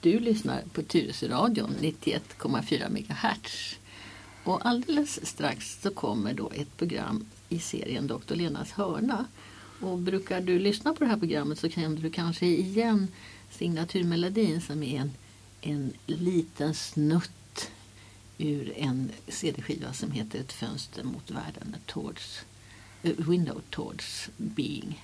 Du lyssnar på Tyresöradion 91,4 MHz. Och alldeles strax så kommer då ett program i serien Dr. Lenas hörna. Och brukar du lyssna på det här programmet så känner du kanske igen signaturmelodin som är en liten snutt ur en CD-skiva som heter Ett fönster mot världen, Window Towards Being.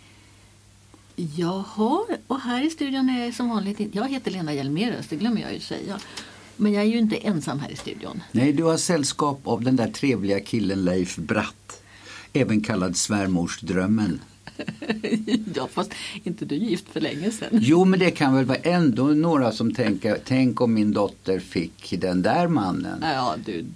Jaha, och här i studion är jag som vanligt, jag heter Lena Hjelmerös, det glömmer jag ju säga. Men jag är ju inte ensam här i studion. Nej, du har sällskap av den där trevliga killen Leif Bratt, även kallad svärmorsdrömmen. Ja, fast inte du gift för länge sedan. Jo, men det kan väl vara ändå några som tänker, tänk om min dotter fick den där mannen. Ja,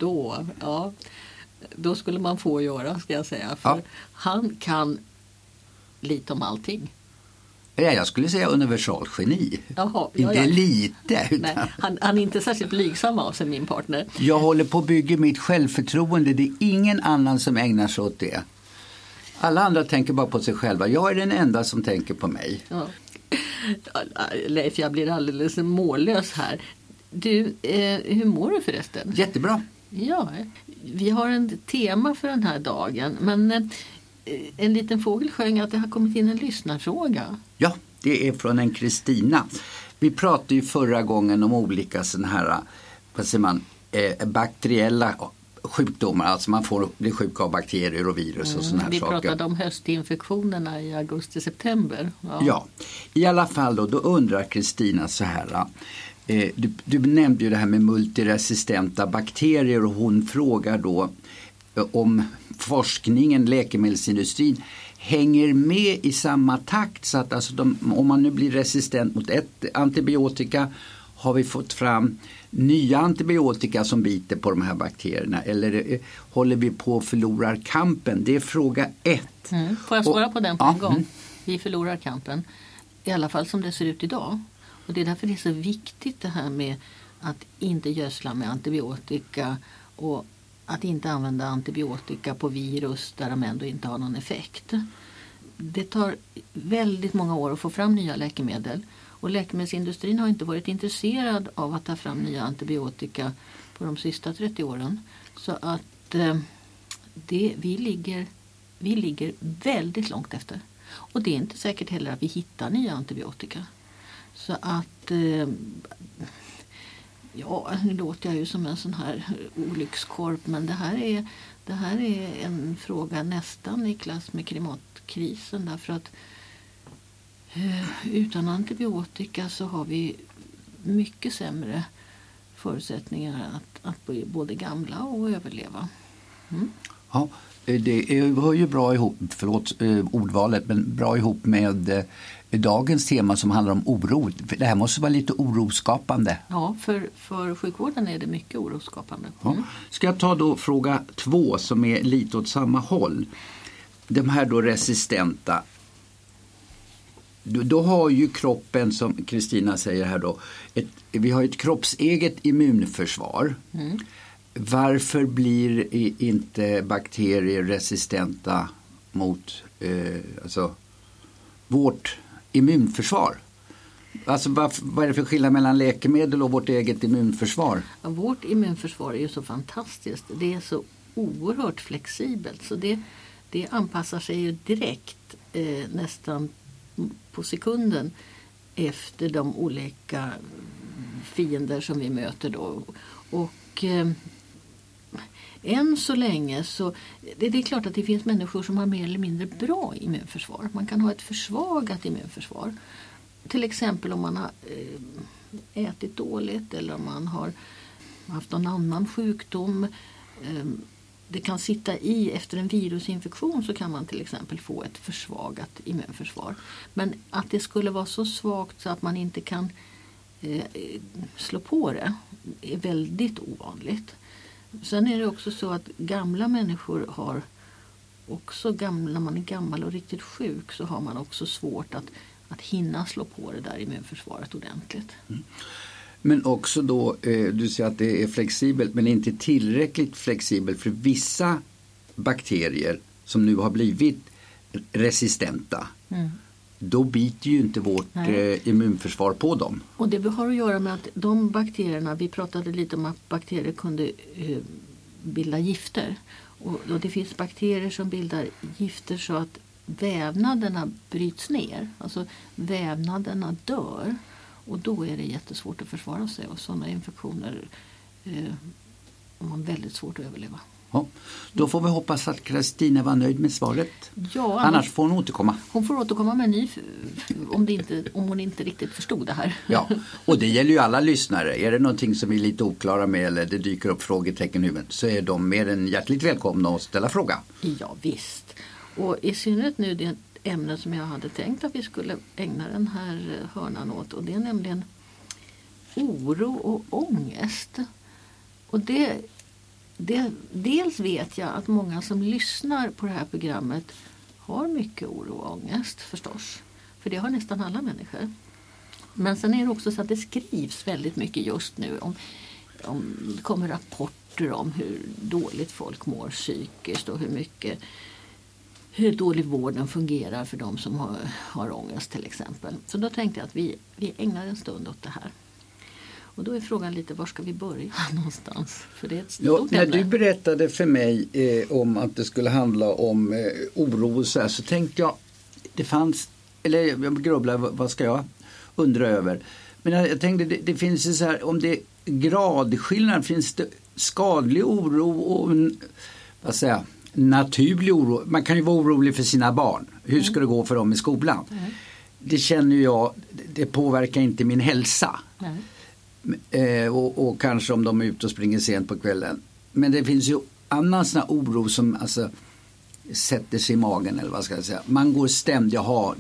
då skulle man få göra, ska jag säga. För han kan lite om allting. Ja, jag skulle säga universalgeni. Jaha, inte lite. Utan... Nej, han är inte särskilt blygsam av sig, min partner. Jag håller på att bygga mitt självförtroende. Det är ingen annan som ägnar sig åt det. Alla andra tänker bara på sig själva. Jag är den enda som tänker på mig. Ja. Leif, jag blir alldeles mållös här. Du, hur mår du förresten? Jättebra. Ja, vi har en tema för den här dagen. Men en liten fågel sjöng att det har kommit in en lyssnarfråga. Ja, det är från en Kristina. Vi pratade ju förra gången om olika sådana här, vad säger man, bakteriella sjukdomar. Alltså man får bli sjuk av bakterier och virus och sådana här saker. Vi pratade om höstinfektionerna i augusti-september. Ja, i alla fall då undrar Kristina så här. Du nämnde ju det här med multiresistenta bakterier och hon frågar då om forskningen, läkemedelsindustrin hänger med i samma takt så att alltså om man nu blir resistent mot ett antibiotika har vi fått fram nya antibiotika som biter på de här bakterierna eller håller vi på att förlora kampen? Det är fråga 1. Får jag svara på den på en gång? Vi förlorar kampen, i alla fall som det ser ut idag. Och det är därför det är så viktigt det här med att inte gödsla med antibiotika och att inte använda antibiotika på virus där de ändå inte har någon effekt. Det tar väldigt många år att få fram nya läkemedel. Och läkemedelsindustrin har inte varit intresserad av att ta fram nya antibiotika på de sista 30 åren. Så att vi ligger väldigt långt efter. Och det är inte säkert heller att vi hittar nya antibiotika. Så att... Ja, nu låter jag ju som en sån här olyckskorp, men det här är en fråga nästan i klass med klimatkrisen därför att utan antibiotika så har vi mycket sämre förutsättningar att bli både gamla och överleva. Ja, det hör ju bra ihop, ordvalet, men bra ihop med dagens tema som handlar om oro. Det här måste vara lite oroskapande. Ja, för sjukvården är det mycket oroskapande. Ja. Ska jag ta då fråga 2 som är lite åt samma håll. De här då resistenta. Då har ju kroppen, som Kristina säger här då, vi har ett kroppseget immunförsvar. Varför blir inte bakterier resistenta mot vårt immunförsvar? Alltså vad är det för skillnad mellan läkemedel och vårt eget immunförsvar? Ja, vårt immunförsvar är ju så fantastiskt. Det är så oerhört flexibelt så det anpassar sig ju direkt nästan på sekunden efter de olika fiender som vi möter då. Och än så länge så det är klart att det finns människor som har mer eller mindre bra immunförsvar. Man kan ha ett försvagat immunförsvar. Till exempel om man har ätit dåligt eller om man har haft någon annan sjukdom. Det kan sitta i efter en virusinfektion så kan man till exempel få ett försvagat immunförsvar. Men att det skulle vara så svagt så att man inte kan slå på det är väldigt ovanligt. Sen är det också så att gamla människor har också, när man är gammal och riktigt sjuk så har man också svårt att hinna slå på det där immunförsvaret ordentligt. Men också då, du säger att det är flexibelt men inte tillräckligt flexibelt för vissa bakterier som nu har blivit resistenta. då biter ju inte vårt immunförsvar på dem. Och det har att göra med att de bakterierna, vi pratade lite om att bakterier kunde bilda gifter. Och det finns bakterier som bildar gifter så att vävnaderna bryts ner. Alltså vävnaderna dör. Och då är det jättesvårt att försvara sig. Och sådana infektioner har man väldigt svårt att överleva. Ja, då får vi hoppas att Kristina var nöjd med svaret. Ja, annars får hon återkomma. Hon får återkomma med en ny om hon inte riktigt förstod det här. Ja, och det gäller ju alla lyssnare. Är det någonting som vi är lite oklara med eller det dyker upp frågetecken i huvudet så är de mer än hjärtligt välkomna att ställa fråga. Ja, visst. Och i synnerhet nu det ämne som jag hade tänkt att vi skulle ägna den här hörnan åt. Och det är nämligen oro och ångest. Och dels vet jag att många som lyssnar på det här programmet har mycket oro och ångest förstås. För det har nästan alla människor. Men sen är det också så att det skrivs väldigt mycket just nu om det kommer rapporter om hur dåligt folk mår psykiskt och hur dålig vården fungerar för de som har ångest till exempel. Så då tänkte jag att vi ägnar en stund åt det här. Och då är frågan lite, var ska vi börja någonstans? För det är ett stort när ämne. du berättade för mig om att det skulle handla om oro och så tänkte jag, det fanns, eller jag grubblade, vad ska jag undra över? Men jag tänkte, det finns ju så här, om det är gradskillnad, finns det skadlig oro och vad säger jag, naturlig oro. Man kan ju vara orolig för sina barn. Hur ska det gå för dem i skolan? Det känner jag, det påverkar inte min hälsa. Och kanske om de är ute och springer sent på kvällen. Men det finns ju annan sån här oro som alltså sätter sig i magen eller vad ska jag säga. Man går ständigt har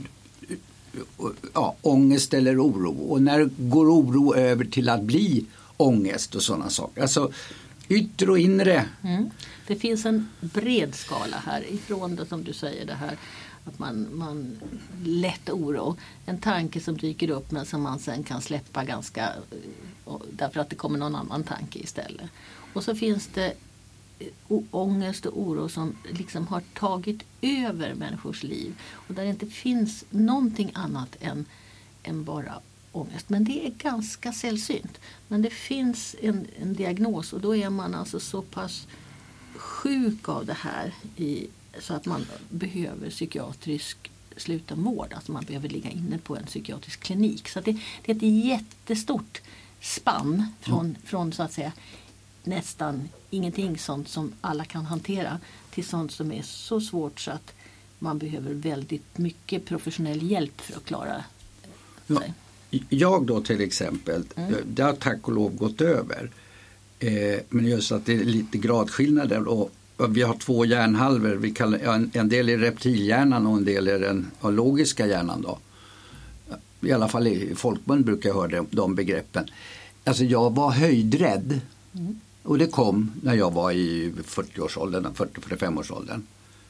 ångest eller oro. Och när går oro över till att bli ångest och sådana saker. Alltså yttre och inre. Det finns en bred skala här ifrån det som du säger det här. Att man lätt oro. En tanke som dyker upp men som man sen kan släppa ganska därför att det kommer någon annan tanke istället. Och så finns det ångest och oro som liksom har tagit över människors liv. Och där det inte finns någonting annat än bara ångest. Men det är ganska sällsynt. Men det finns en diagnos och då är man alltså så pass sjuk av det här så att man behöver psykiatrisk slutenvård. Alltså man behöver ligga inne på en psykiatrisk klinik. Så det är ett jättestort spann från så att säga nästan ingenting sånt som alla kan hantera till sånt som är så svårt så att man behöver väldigt mycket professionell hjälp för att klara sig. Jag då till exempel, det har tack och lov gått över. Men just att det är lite gradskillnader och vi har 2 hjärnhalvor. Vi kallar, en del är reptilhjärnan och en del är den logiska hjärnan då. I alla fall i folkmun brukar jag höra de begreppen. Alltså jag var höjdrädd. Och det kom när jag var i 40-årsåldern, 40-45-årsåldern.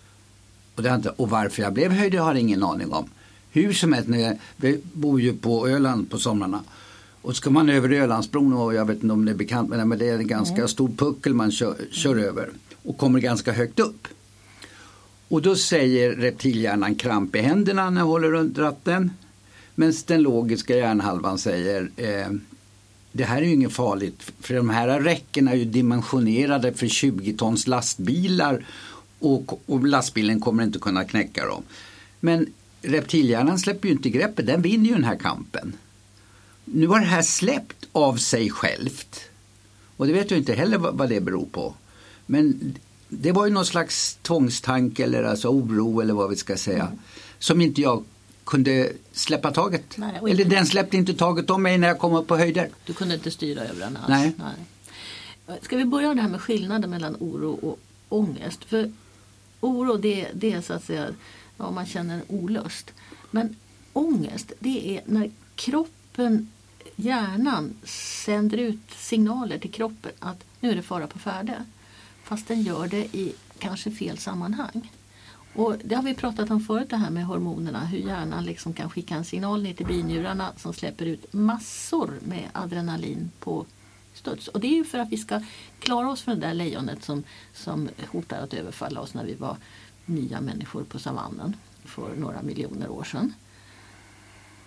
Och varför jag blev höjd jag har ingen aning om. Hur som helst, vi bor ju på Öland på somrarna. Och ska man över Ölandsbron, och jag vet inte om det är bekant, men det är en ganska stor puckel man kör över. Och kommer ganska högt upp. Och då säger reptilhjärnan kramp i händerna när jag håller runt ratten. Men den logiska hjärnhalvan säger det här är ju inget farligt. För de här räckena är ju dimensionerade för 20 tons lastbilar. Och lastbilen kommer inte kunna knäcka dem. Men reptilhjärnan släpper ju inte greppet. Den vinner ju den här kampen. Nu har det här släppt av sig självt. Och det vet jag inte heller vad det beror på. Men det var ju någon slags tvångstanke eller alltså oro eller vad vi ska säga. Som inte jag kunde släppa taget. Nej, eller den släppte inte taget om mig när jag kom upp på höjder. Du kunde inte styra över den alls. Nej. Ska vi börja med det här med skillnaden mellan oro och ångest? För oro det är så att säga, man känner en olust. Men ångest det är när kroppen, hjärnan sänder ut signaler till kroppen att nu är det fara på färde. Fast den gör det i kanske fel sammanhang. Och det har vi pratat om förut det här med hormonerna. Hur hjärnan liksom kan skicka en signal ner till binjurarna som släpper ut massor med adrenalin på studs. Och det är ju för att vi ska klara oss från det där lejonet som hotar att överfalla oss när vi var nya människor på savannen för några miljoner år sedan.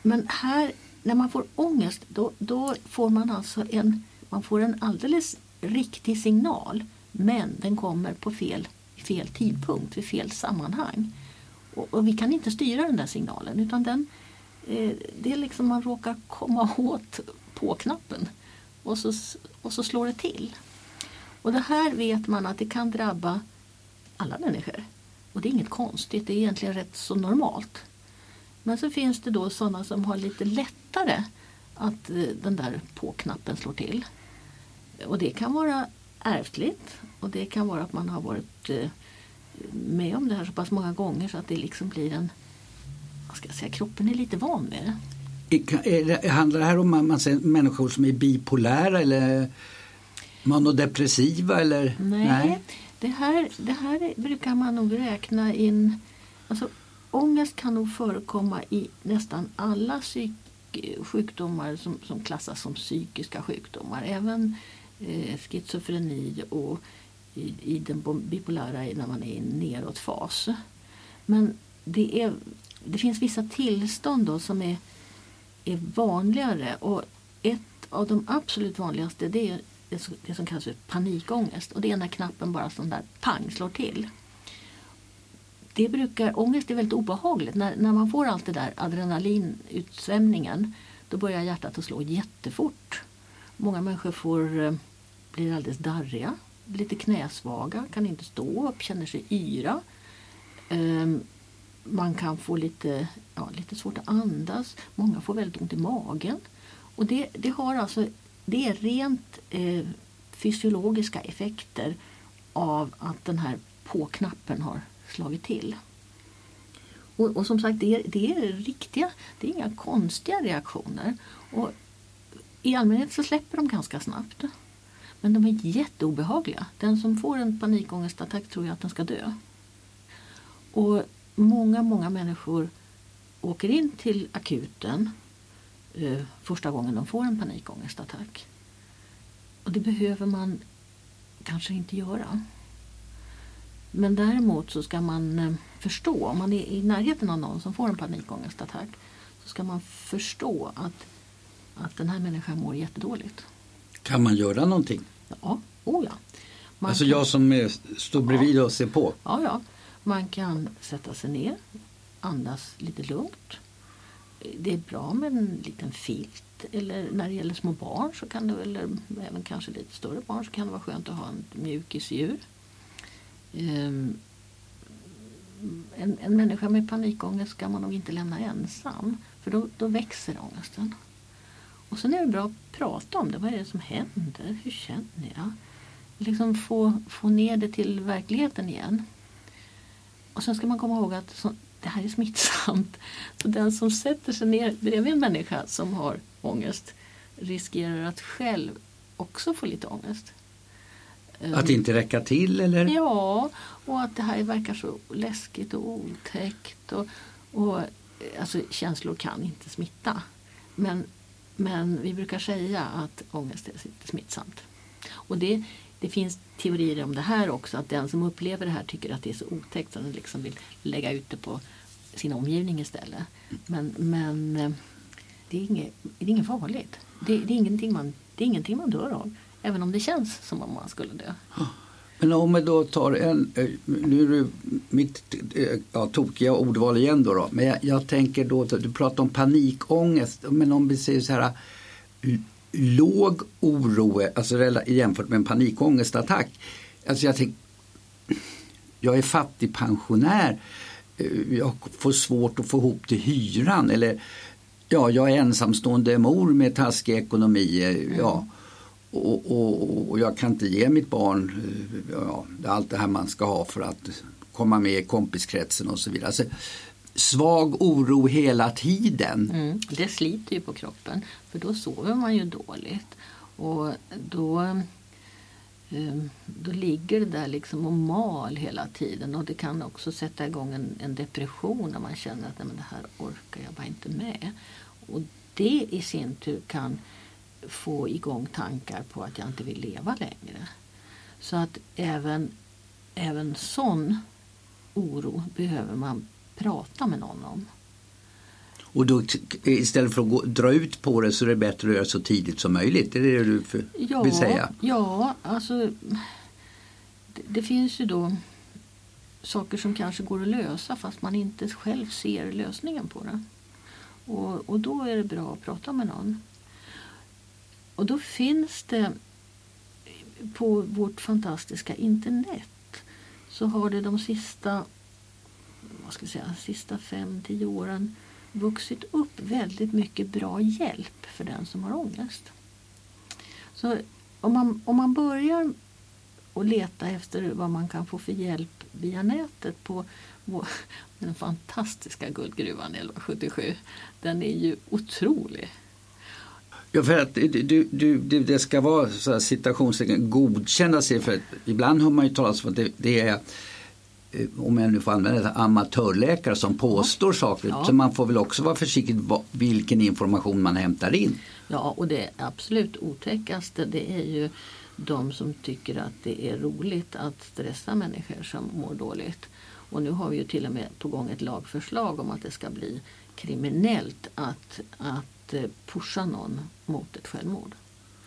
Men här, när man får ångest, då får man alltså en alldeles riktig signal. Men den kommer på fel tidpunkt, vid fel sammanhang. Och vi kan inte styra den där signalen, utan det är liksom man råkar komma åt på knappen. Och så slår det till. Och det här vet man att det kan drabba alla människor. Och det är inget konstigt, det är egentligen rätt så normalt. Men så finns det då sådana som har lite lättare att den där på-knappen slår till. Och det kan vara ärftligt. Och det kan vara att man har varit med om det här så pass många gånger så att det liksom blir kroppen är lite van med det. Handlar det här om människor som är bipolära eller manodepressiva? Eller? Nej. Det här brukar man nog räkna in. Alltså, ångest kan nog förekomma i nästan alla sjukdomar som klassas som psykiska sjukdomar. Även schizofreni och i den bipolära när man är i en nedåtfas. Men det finns vissa tillstånd då som är vanligare. Och ett av de absolut vanligaste det är det som kallas för panikångest. Och det är när knappen bara sån där pang slår till. Ångest är väldigt obehagligt. När man får allt det där adrenalinutsvämningen, då börjar hjärtat att slå jättefort. Många människor blir alldeles darriga, lite knäsvaga, kan inte stå upp, känner sig yra. Man kan få lite svårt att andas. Många får väldigt ont i magen. Och det är rent fysiologiska effekter av att den här på-knappen har slagit till. Och som sagt, det är riktiga, det är inga konstiga reaktioner. Och i allmänhet så släpper de ganska snabbt. Men de är jätteobehagliga. Den som får en panikångestattack tror jag att den ska dö. Och många människor åker in till akuten första gången de får en panikångestattack. Och det behöver man kanske inte göra. Men däremot så ska man förstå, om man är i närheten av någon som får en panikångestattack, så ska man förstå att den här människan mår jättedåligt. Kan man göra någonting? Ja, jag som står bredvid och ser på? Ja. Man kan sätta sig ner, andas lite lugnt. Det är bra med en liten filt. Eller när det gäller små barn så kan det, eller även kanske lite större barn, så kan det vara skönt att ha en mjukisdjur. En människa med panikångest ska man nog inte lämna ensam. För då växer ångesten. Och sen är det bra att prata om det. Vad är det som händer? Hur känner jag? Liksom få ner det till verkligheten igen. Och sen ska man komma ihåg att det här är smittsamt. Så den som sätter sig ner bredvid en människa som har ångest riskerar att själv också få lite ångest. Att inte räcka till eller? Ja, och att det här verkar så läskigt och otäckt. Och alltså, känslor kan inte smitta. Men vi brukar säga att ångest är smittsamt. Och det finns teorier om det här också. Att den som upplever det här tycker att det är så otäckt så den liksom vill lägga ut det på sin omgivning istället. Men det är inget farligt. Det är ingenting man dör av. Även om det känns som om man skulle dö. Men om vi då tar nu är det mitt tokiga ordval igen då. Men jag tänker då, du pratar om panikångest. Men om vi säger så här, låg oro, alltså jämfört med en panikångestattack. Alltså jag är fattigpensionär. Jag får svårt att få ihop till hyran. Eller jag är ensamstående mor med taskig ekonomi. Ja. Och jag kan inte ge mitt barn allt det här man ska ha för att komma med i kompiskretsen och så vidare. Alltså, svag oro hela tiden. Det sliter ju på kroppen. För då sover man ju dåligt. Och då ligger det där liksom och mal hela tiden. Och det kan också sätta igång en depression när man känner att det här orkar jag bara inte med. Och det i sin tur kan få igång tankar på att jag inte vill leva längre. Så att även sån oro behöver man prata med någon om. Och då istället för att dra ut på det så är det bättre att göra så tidigt som möjligt. Är det du vill säga? Ja, alltså det finns ju då saker som kanske går att lösa fast man inte själv ser lösningen på det. Och då är det bra att prata med någon. Och då finns det på vårt fantastiska internet så har det de sista 5-10 åren vuxit upp väldigt mycket bra hjälp för den som har ångest. Så om man börjar och leta efter vad man kan få för hjälp via nätet på den fantastiska guldgruvan 1177. Den är ju otrolig. Ja, för att det ska vara så här, citationstecken godkända sig, för ibland har man ju talat om att det är, om jag nu får använda det, amatörläkare som påstår saker. Ja. Så man får väl också vara försiktig vilken information man hämtar in. Ja, och det absolut otäckaste det är ju de som tycker att det är roligt att stressa människor som mår dåligt. Och nu har vi ju till och med på gång ett lagförslag om att det ska bli kriminellt att pusha någon mot ett självmord.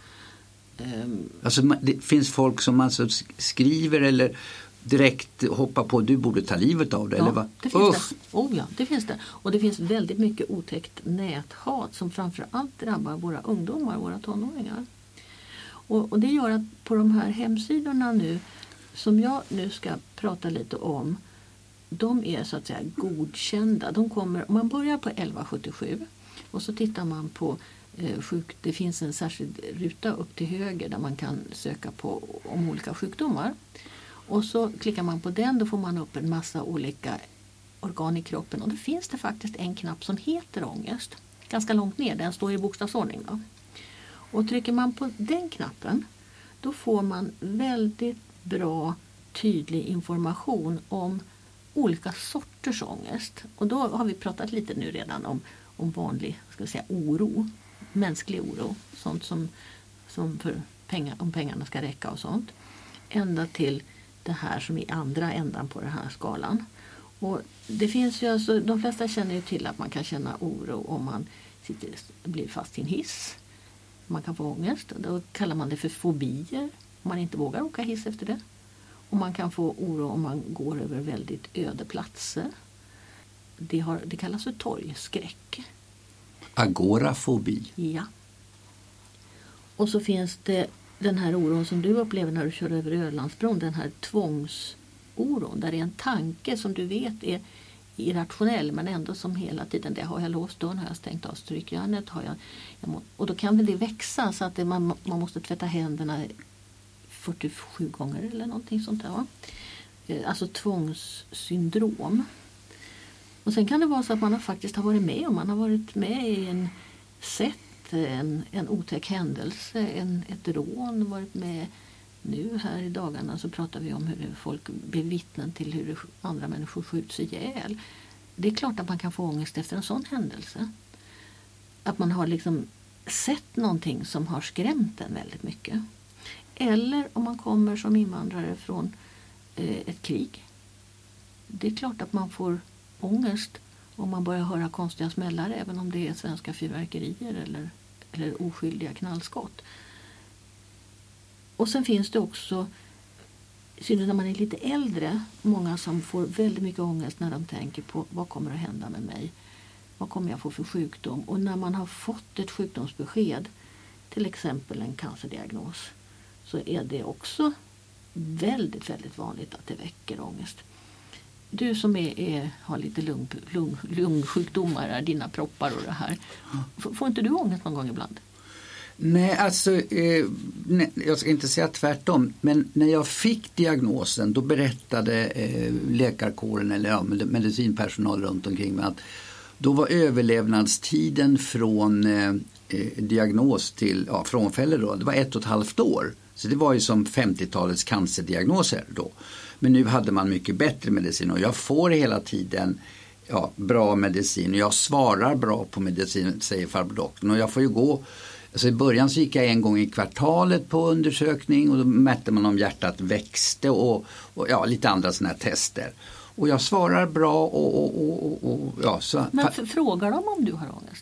Alltså det finns folk som alltså skriver eller direkt hoppar på du borde ta livet av det, ja, eller vad? Det finns det. Ja, det finns det. Och det finns väldigt mycket otäckt näthat som framförallt drabbar våra ungdomar, våra tonåringar. Och det gör att på de här hemsidorna nu som jag nu ska prata lite om, de är så att säga godkända. De kommer, om man börjar på 1177 och så tittar man på det finns en särskild ruta upp till höger där man kan söka på om olika sjukdomar. Och så klickar man på den, då får man upp en massa olika organ i kroppen. Och då finns det faktiskt en knapp som heter ångest. Ganska långt ner, den står i bokstavsordning då. Och trycker man på den knappen, då får man väldigt bra, tydlig information om olika sorters ångest. Och då har vi pratat lite nu redan om vanlig, ska vi säga, oro. Mänsklig oro. Sånt som för om pengarna ska räcka och sånt. Ända till det här som är andra ändan på den här skalan. Och det finns ju alltså, de flesta känner ju till att man kan känna oro om man blir fast i en hiss. Man kan få ångest. Då kallar man det för fobier. Om man inte vågar åka hiss efter det. Och man kan få oro om man går över väldigt öde platser. Det kallas för torgskräck. Agorafobi. Ja. Och så finns det den här oron som du upplever när du kör över Ölandsbron. Den här tvångsoron. Där det är en tanke som du vet är irrationell men ändå som hela tiden, det har jag låst dörren, har jag stängt av strykjärnet, och då kan väl det växa så att man måste tvätta händerna 47 gånger eller någonting sånt där. Va? Alltså tvångssyndrom. Och sen kan det vara så att man faktiskt har varit med, och man har varit med i en otäck händelse, ett rån, varit med. Nu här i dagarna så pratar vi om hur folk blir vittnen till hur andra människor skjuts ihjäl. Det är klart att man kan få ångest efter en sån händelse. Att man har liksom sett någonting som har skrämt en väldigt mycket. Eller om man kommer som invandrare från ett krig. Det är klart att man får ångest om man börjar höra konstiga smällar, även om det är svenska fyrverkerier eller oskyldiga knallskott. Och sen finns det också, när man är lite äldre, många som får väldigt mycket ångest när de tänker på vad kommer att hända med mig? Vad kommer jag få för sjukdom? Och när man har fått ett sjukdomsbesked, till exempel en cancerdiagnos, så är det också väldigt, väldigt vanligt att det väcker ångest. Du som har lite lungsjukdomar, dina proppar och det här. Får inte du ångest någon gång ibland? Nej, alltså jag ska inte säga tvärtom, men när jag fick diagnosen då berättade läkarkåren eller medicinpersonal runt omkring mig att då var överlevnadstiden från diagnos till frånfälle då, det var 1,5 år. Så det var ju som 50-talets cancerdiagnoser då. Men nu hade man mycket bättre medicin och jag får hela tiden bra medicin och jag svarar bra på medicin, säger farbror doktorn, och jag får ju gå. Alltså i början så gick jag 1 gång i kvartalet på undersökning och då mätte man om hjärtat växte och lite andra sådana här tester. Och jag svarar bra och ja. Så, men frågar de om du har ångest?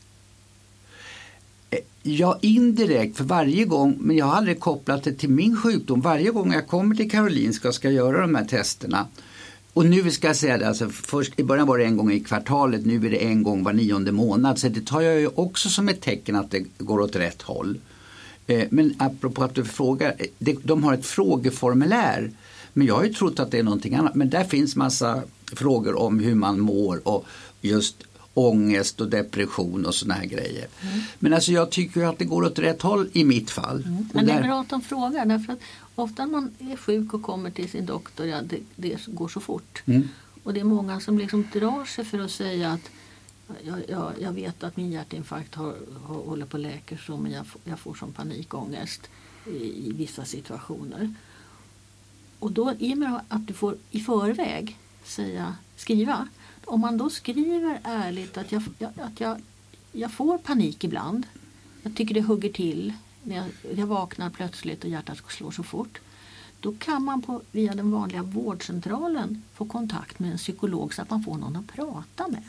Ja, indirekt för varje gång, men jag har aldrig kopplat det till min sjukdom. Varje gång jag kommer till Karolinska och ska göra de här testerna. Och nu ska jag säga det, alltså först, i början var det en gång i kvartalet, nu är det en gång var 9:e månad. Så det tar jag ju också som ett tecken att det går åt rätt håll. Men apropå att du frågar, de har ett frågeformulär. Men jag har ju trott att det är någonting annat. Men där finns massa frågor om hur man mår och just ångest och depression och såna här grejer. Men alltså jag tycker att det går åt rätt håll i mitt fall. Men det är bra att de frågar, därför att ofta när man är sjuk och kommer till sin doktor, ja, det går så fort. Och det är många som liksom drar sig för att säga att jag vet att min hjärtinfarkt håller på läker så, men jag får som panikångest i vissa situationer. Och då, i och med att du får i förväg skriva, om man då skriver ärligt att jag får panik ibland, jag tycker det hugger till när jag vaknar plötsligt och hjärtat slår så fort, då kan man via den vanliga vårdcentralen få kontakt med en psykolog så att man får någon att prata med.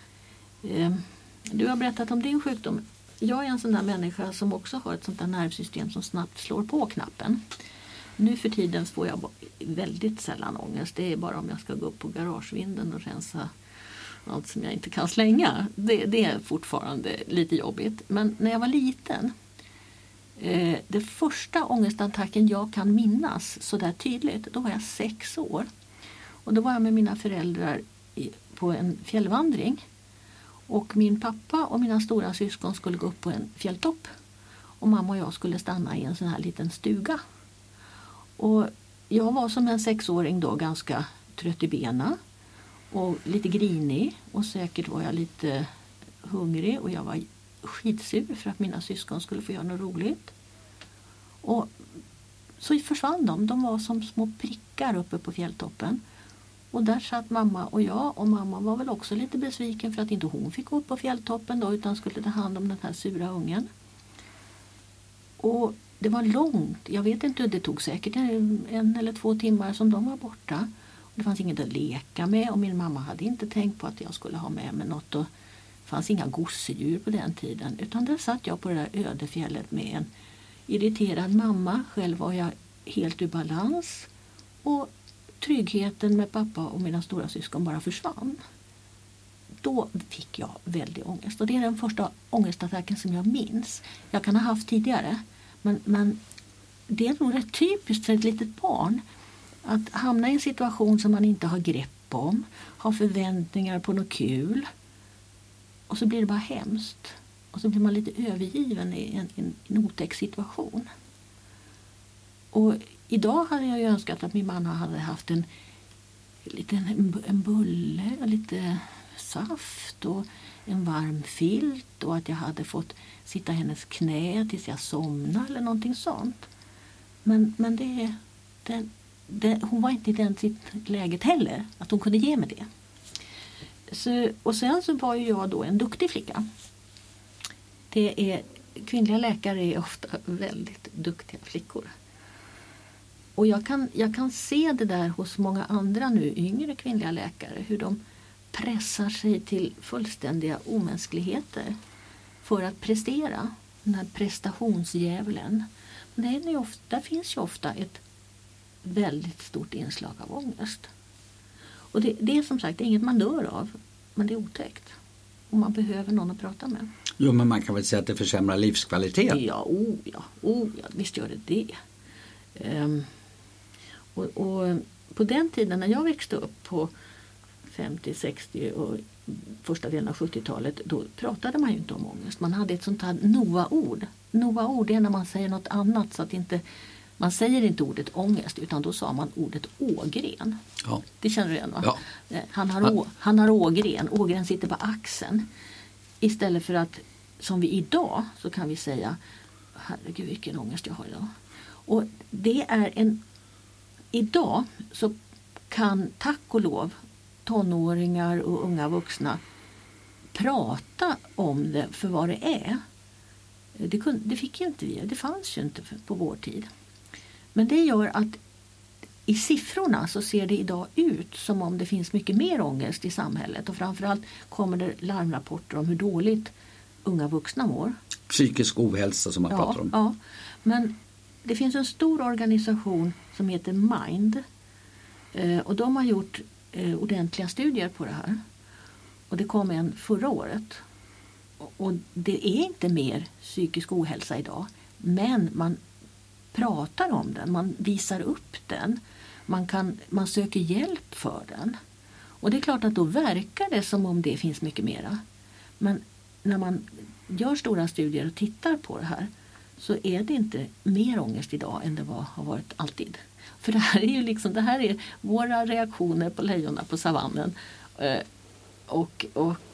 Du har berättat om din sjukdom. Jag är en sån där människa som också har ett sånt där nervsystem som snabbt slår på knappen. Nu för tiden får jag väldigt sällan ångest. Det är bara om jag ska gå upp på garagevinden och rensa allt som jag inte kan slänga. Det är fortfarande lite jobbigt. Men när jag var liten, det första ångestattacken jag kan minnas så där tydligt, då var jag 6 år. Och då var jag med mina föräldrar på en fjällvandring. Och min pappa och mina stora syskon skulle gå upp på en fjälltopp. Och mamma och jag skulle stanna i en sån här liten stuga. Och jag var som en 6-åring då ganska trött i benen och lite grinig, och säkert var jag lite hungrig och jag var skitsur för att mina syskon skulle få göra något roligt. Och så försvann de var som små prickar uppe på fjälltoppen. Och där satt mamma och jag, och mamma var väl också lite besviken för att inte hon fick gå upp på fjälltoppen då, utan skulle ta hand om den här sura ungen. Och det var långt, jag vet inte, det tog säkert 1 eller 2 timmar som de var borta. Och det fanns inget att leka med, och min mamma hade inte tänkt på att jag skulle ha med mig något. Och det fanns inga gosedjur på den tiden, utan där satt jag på det där öde fjället med en irriterad mamma. Själv var jag helt ur balans, och tryggheten med pappa och mina stora syskon bara försvann. Då fick jag väldigt ångest, och det är den första ångestattacken som jag minns. Jag kan ha haft tidigare, men det är nog rätt typiskt för ett litet barn att hamna i en situation som man inte har grepp om, ha förväntningar på något kul, och så blir det bara hemskt, och så blir man lite övergiven i en otäck situation. Och idag hade jag ju önskat att min man hade haft en bulle och lite saft och en varm filt, och att jag hade fått sitta i hennes knä tills jag somnade eller någonting sånt. Men hon var inte i den läget heller att hon kunde ge mig det. Och sen så var ju jag då en duktig flicka. Kvinnliga läkare är ofta väldigt duktiga flickor. Och jag kan se det där hos många andra nu yngre kvinnliga läkare, hur de pressar sig till fullständiga omänskligheter för att prestera, den här prestationsdjävulen. Men där finns ju ofta ett väldigt stort inslag av ångest. Och det är som sagt inget man dör av, men det är otäckt. Och man behöver någon att prata med. Jo, men man kan väl säga att det försämrar livskvalitet. Ja, visst gör det. Och på den tiden när jag växte upp på 50, 60 och första delen av 70-talet, då pratade man ju inte om ångest. Man hade ett sånt här NOA-ord. NOA-ord är när man säger något annat, så att man säger inte ordet ångest, utan då sa man ordet ågren. Ja. Det känner du igen, va? Ja. Han har ågren. Ågren sitter på axeln. Istället för att, som vi idag, så kan vi säga, herregud vilken ångest jag har idag. Och det är idag så kan, tack och lov, tonåringar och unga vuxna prata om det för vad det är. Det fick ju inte vi, det fanns ju inte på vår tid. Men det gör att i siffrorna så ser det idag ut som om det finns mycket mer ångest i samhället. Och framförallt kommer det larmrapporter om hur dåligt unga vuxna mår. Psykisk ohälsa som man pratar om. Ja, men det finns en stor organisation som heter Mind. Och de har gjort ordentliga studier på det här. Och det kom en förra året. Och det är inte mer psykisk ohälsa idag. Men man pratar om den, man visar upp den. Man söker hjälp för den. Och det är klart att då verkar det som om det finns mycket mera. Men när man gör stora studier och tittar på det här så är det inte mer ångest idag än det har varit alltid. För det här är ju liksom, det här är våra reaktioner på lejonen på savannen. Och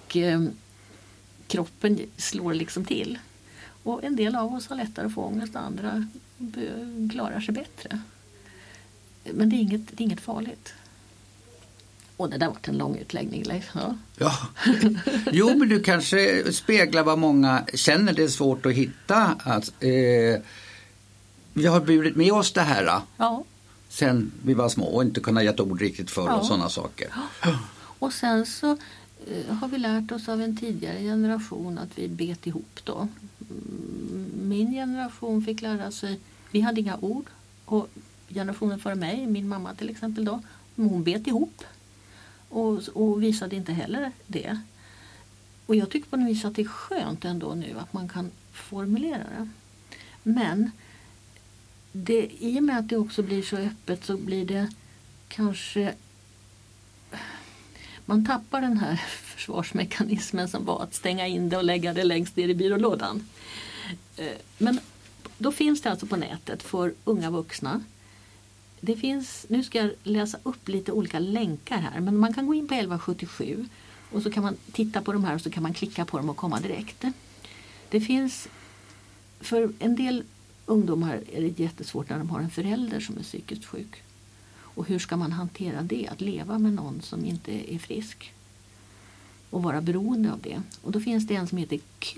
kroppen slår liksom till. Och en del av oss har lättare att få ångest, andra klarar sig bättre. Men det är inget farligt. Och det där var en lång utläggning, Leif. Ja. Jo, men du kanske speglar vad många känner. Det är svårt att hitta. Vi har burit med oss det här. Ja. Sen vi var små och inte kunna ge ett ord riktigt för och sådana saker. Ja. Och sen så har vi lärt oss av en tidigare generation att vi bet ihop då. Min generation fick lära sig, vi hade inga ord. Och generationen före mig, min mamma till exempel då, hon bet ihop. Och visade inte heller det. Och jag tycker på något vis att det är skönt ändå nu att man kan formulera det. Men i och med att det också blir så öppet så blir det kanske... Man tappar den här försvarsmekanismen som var att stänga in det och lägga det längst ner i byrålådan. Men då finns det alltså på nätet för unga vuxna. Det finns, nu ska jag läsa upp lite olika länkar här, men man kan gå in på 1177 och så kan man titta på de här och så kan man klicka på dem och komma direkt. Det finns, för en del ungdomar är det jättesvårt när de har en förälder som är psykiskt sjuk. Och hur ska man hantera det, att leva med någon som inte är frisk och vara beroende av det. Och då finns det en som heter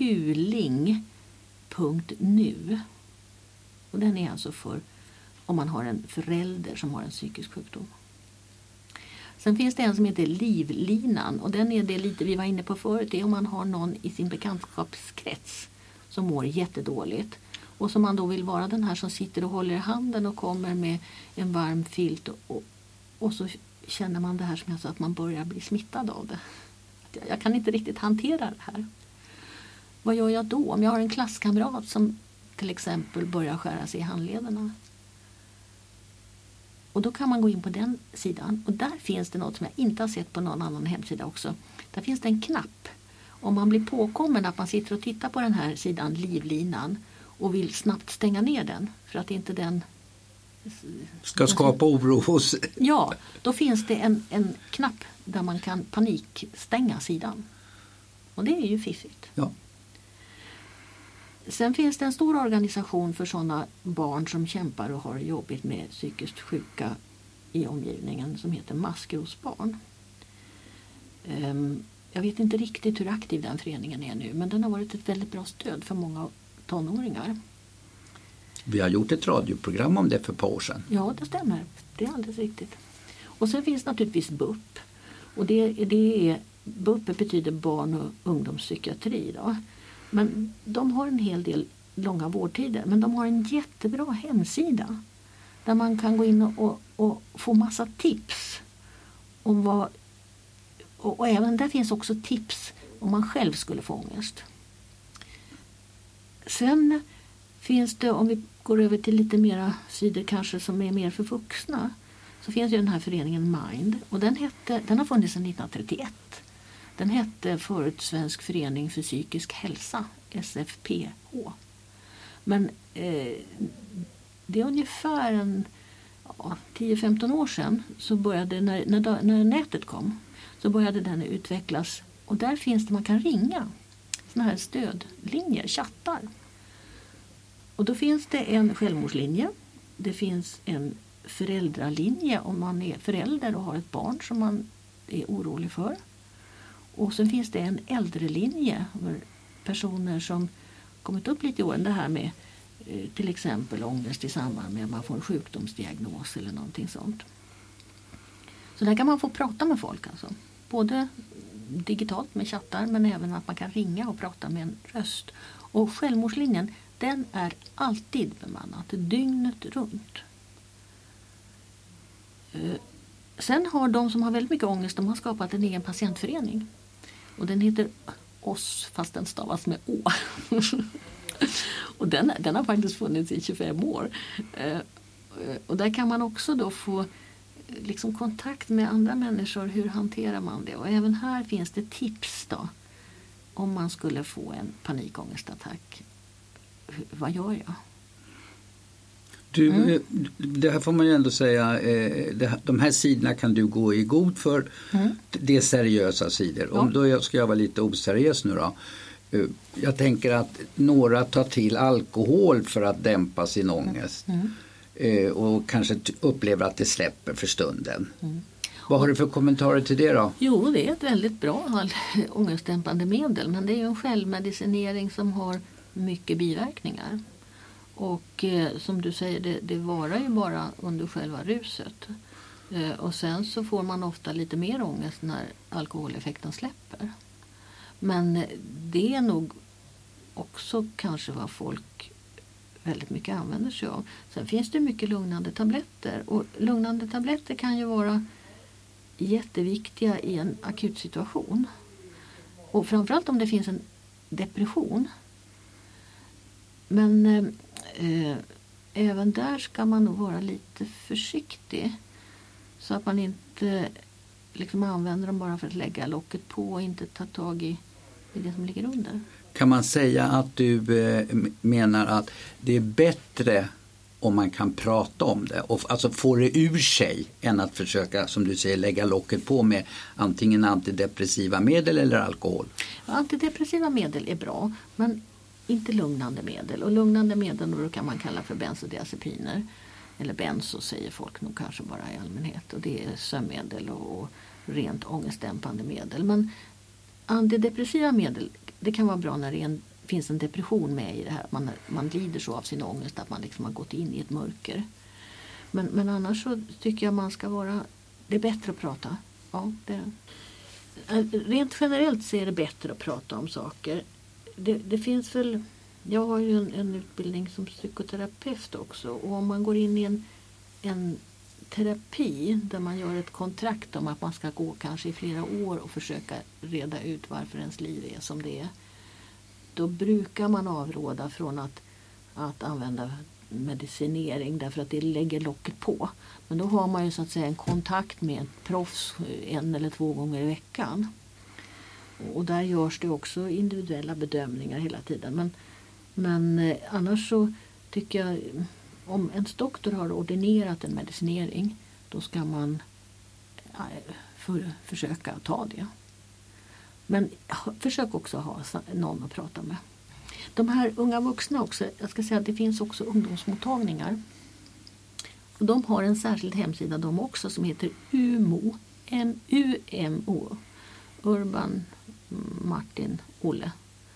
kuling.nu och den är alltså för om man har en förälder som har en psykisk sjukdom. Sen finns det en som heter Livlinan och den är det lite vi var inne på förut. Det är om man har någon i sin bekantskapskrets som mår jättedåligt. Och som man då vill vara den här som sitter och håller i handen och kommer med en varm filt. Och så känner man det här som jag sa att man börjar bli smittad av det. Jag kan inte riktigt hantera det här. Vad gör jag då? Om jag har en klasskamrat som till exempel börjar skära sig i handlederna. Och då kan man gå in på den sidan. Och där finns det något som jag inte har sett på någon annan hemsida också. Där finns det en knapp. Om man blir påkommen att man sitter och tittar på den här sidan, Livlinan, och vill snabbt stänga ner den. För att inte den... ska skapa oro hos... Ja, då finns det en knapp där man kan panikstänga sidan. Och det är ju fiffigt. Ja. Sen finns det en stor organisation för sådana barn som kämpar och har jobbigt med psykiskt sjuka i omgivningen som heter Maskrosbarn. Jag vet inte riktigt hur aktiv den föreningen är nu, men den har varit ett väldigt bra stöd för många tonåringar. Vi har gjort ett radioprogram om det för ett par år sedan. Ja, det stämmer. Det är alldeles riktigt. Och sen finns naturligtvis BUP. Och BUP betyder barn- och ungdomspsykiatri då. Men de har en hel del långa vårdtider. Men de har en jättebra hemsida. Där man kan gå in och få massa tips. Om vad, och även där finns också tips om man själv skulle få ångest. Sen finns det, om vi går över till lite mera sidor kanske som är mer för vuxna. Så finns ju den här föreningen Mind. Och den har funnits sedan 1931. Den hette förut Svensk förening för psykisk hälsa, SFPH. Men det är ungefär 10-15 år sedan så började, när nätet kom, så började den utvecklas. Och där finns det, man kan ringa såna här stödlinjer, chattar. Och då finns det en självmordslinje. Det finns en föräldralinje om man är förälder och har ett barn som man är orolig för. Och sen finns det en äldrelinje för personer som kommit upp lite i åren. Det här med till exempel ångest i samband med att man får en sjukdomsdiagnos eller någonting sånt. Så där kan man få prata med folk alltså. Både digitalt med chattar men även att man kan ringa och prata med en röst. Och självmordslinjen, den är alltid bemannad dygnet runt. Sen har de som har väldigt mycket ångest, de har skapat en egen patientförening. Och den heter OSS fast den stavas med Å. Och den har faktiskt funnits i 25 år. Och där kan man också då få liksom kontakt med andra människor. Hur hanterar man det? Och även här finns det tips då. Om man skulle få en panikångestattack. Vad gör jag? Det här får man ju ändå säga, de här sidorna kan du gå i god för. Det är seriösa sidor. Ja. Om då ska jag vara lite oseriös nu då. Jag tänker att några tar till alkohol för att dämpa sin ångest. Och kanske upplever att det släpper för stunden. Vad har du för kommentarer till det då? Jo, det är ett väldigt bra ångestdämpande medel. Men det är ju en självmedicinering som har mycket biverkningar. Och som du säger, det varar ju bara under själva ruset. Och sen så får man ofta lite mer ångest när alkoholeffekten släpper. Men det är nog också kanske vad folk väldigt mycket använder sig av. Sen finns det mycket lugnande tabletter. Och lugnande tabletter kan ju vara jätteviktiga i en akut situation. Och framförallt om det finns en depression. Men även där ska man nog vara lite försiktig. Så att man inte liksom använder dem bara för att lägga locket på och inte ta tag i det som ligger under. Kan man säga att du menar att det är bättre om man kan prata om det och alltså få det ur sig än att försöka, som du säger, lägga locket på med antingen antidepressiva medel eller alkohol? Antidepressiva medel är bra, men inte lugnande medel. Och lugnande medel brukar man kalla för bensodiazepiner. Eller benzo säger folk nog kanske bara i allmänhet. Och det är sömnmedel och rent ångestdämpande medel. Men antidepressiva medel, det kan vara bra när det finns en depression med i det här. Man lider så av sin ångest att man liksom har gått in i ett mörker. Men annars så tycker jag man ska vara... Det är bättre att prata. Ja, det är. Rent generellt så är det bättre att prata om saker. Det finns väl... Jag har ju en utbildning som psykoterapeut också. Och om man går in i en terapi där man gör ett kontrakt om att man ska gå kanske i flera år och försöka reda ut varför ens liv är som det är. Då brukar man avråda från att använda medicinering därför att det lägger locket på. Men då har man ju så att säga en kontakt med ett proffs 1 eller 2 gånger i veckan. Och där görs det också individuella bedömningar hela tiden. Men annars så tycker jag, om en doktor har ordinerat en medicinering, då ska man försöka ta det. Men försök också ha någon att prata med. De här unga vuxna också, jag ska säga att det finns också ungdomsmottagningar. Och de har en särskild hemsida de också som heter UMO. UMO. Urban Martin Olle.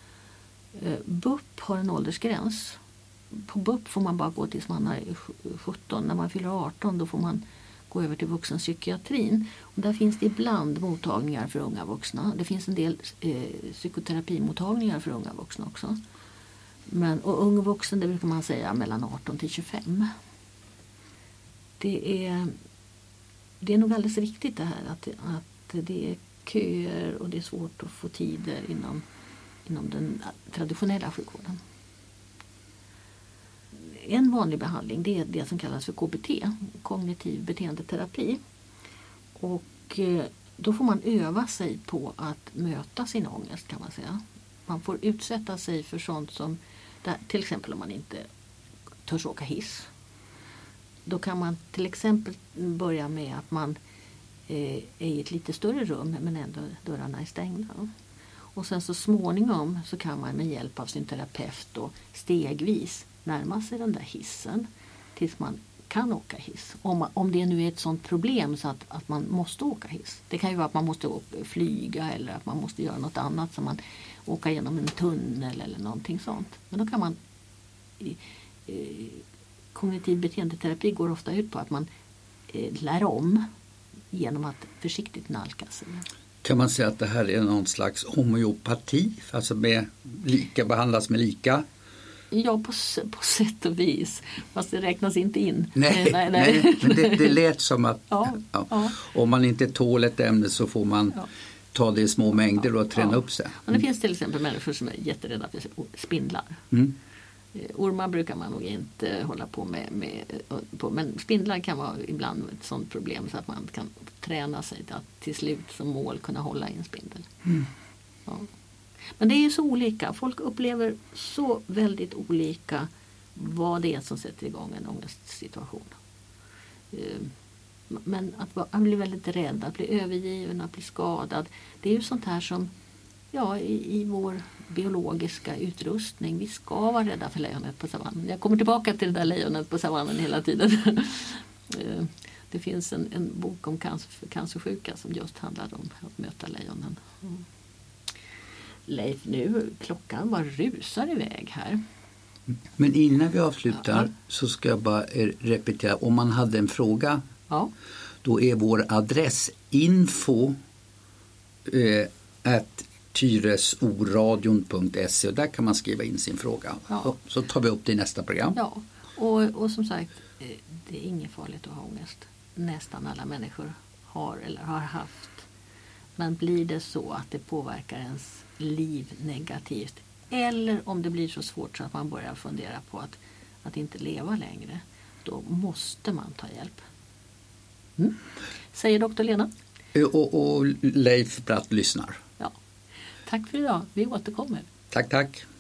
BUP har en åldersgräns. På BUP får man bara gå tills man är 17. När man fyller 18 då får man gå över till vuxenpsykiatrin. Och där finns det ibland mottagningar för unga vuxna. Det finns en del psykoterapimottagningar för unga vuxna också. Och ung vuxen, det brukar man säga mellan 18 till 25. Det är nog alldeles riktigt det här att det är köer och det är svårt att få tider inom den traditionella sjukvården. En vanlig behandling, det är det som kallas för KBT, kognitiv beteendeterapi. Och då får man öva sig på att möta sin ångest, kan man säga. Man får utsätta sig för sånt som, till exempel om man inte törs åka hiss. Då kan man till exempel börja med att man är i ett lite större rum men ändå dörrarna är stängda. Och sen så småningom så kan man med hjälp av sin terapeut då stegvis närma sig den där hissen tills man kan åka hiss. Om det nu är ett sånt problem så att man måste åka hiss. Det kan ju vara att man måste flyga eller att man måste göra något annat som man åka genom en tunnel eller någonting sånt. Men då kan man kognitiv beteendeterapi går ofta ut på att man lär om genom att försiktigt nalkas. Kan man säga att det här är någon slags homeopati, alltså behandlas med lika? Ja, på sätt och vis. Fast det räknas inte in. Nej. Men det lät som att om man inte tål ett ämne så får man ta det i små mängder och träna upp sig. Och det finns till exempel människor som är jätterädda för spindlar. Ormar brukar man nog inte hålla på med men spindlar kan vara ibland ett sådant problem så att man kan träna sig att till slut som mål kunna hålla i en spindel. Ja. Men det är ju så olika. Folk upplever så väldigt olika vad det är som sätter igång en ångestsituation. Men att bli väldigt rädd, att bli övergiven, att bli skadad. Det är ju sånt här som i vår biologiska utrustning. Vi ska vara rädda för lejonet på savannen. Jag kommer tillbaka till det där lejonet på savannen hela tiden. Det finns en bok om cancersjuka som just handlar om att möta lejonen. Leif, nu klockan bara rusar iväg här. Men innan vi avslutar så ska jag bara repetera. Om man hade en fråga då är vår adress info@tyresoradion.se och där kan man skriva in sin fråga. Så tar vi upp det i nästa program. Ja, och som sagt, det är inget farligt att ha ångest. Nästan alla människor har eller har haft. Men blir det så att det påverkar ens liv negativt eller om det blir så svårt så att man börjar fundera på att inte leva längre, då måste man ta hjälp. Säger doktor Lena. Och Leif Bratt lyssnar. Ja. Tack för idag. Vi återkommer. Tack.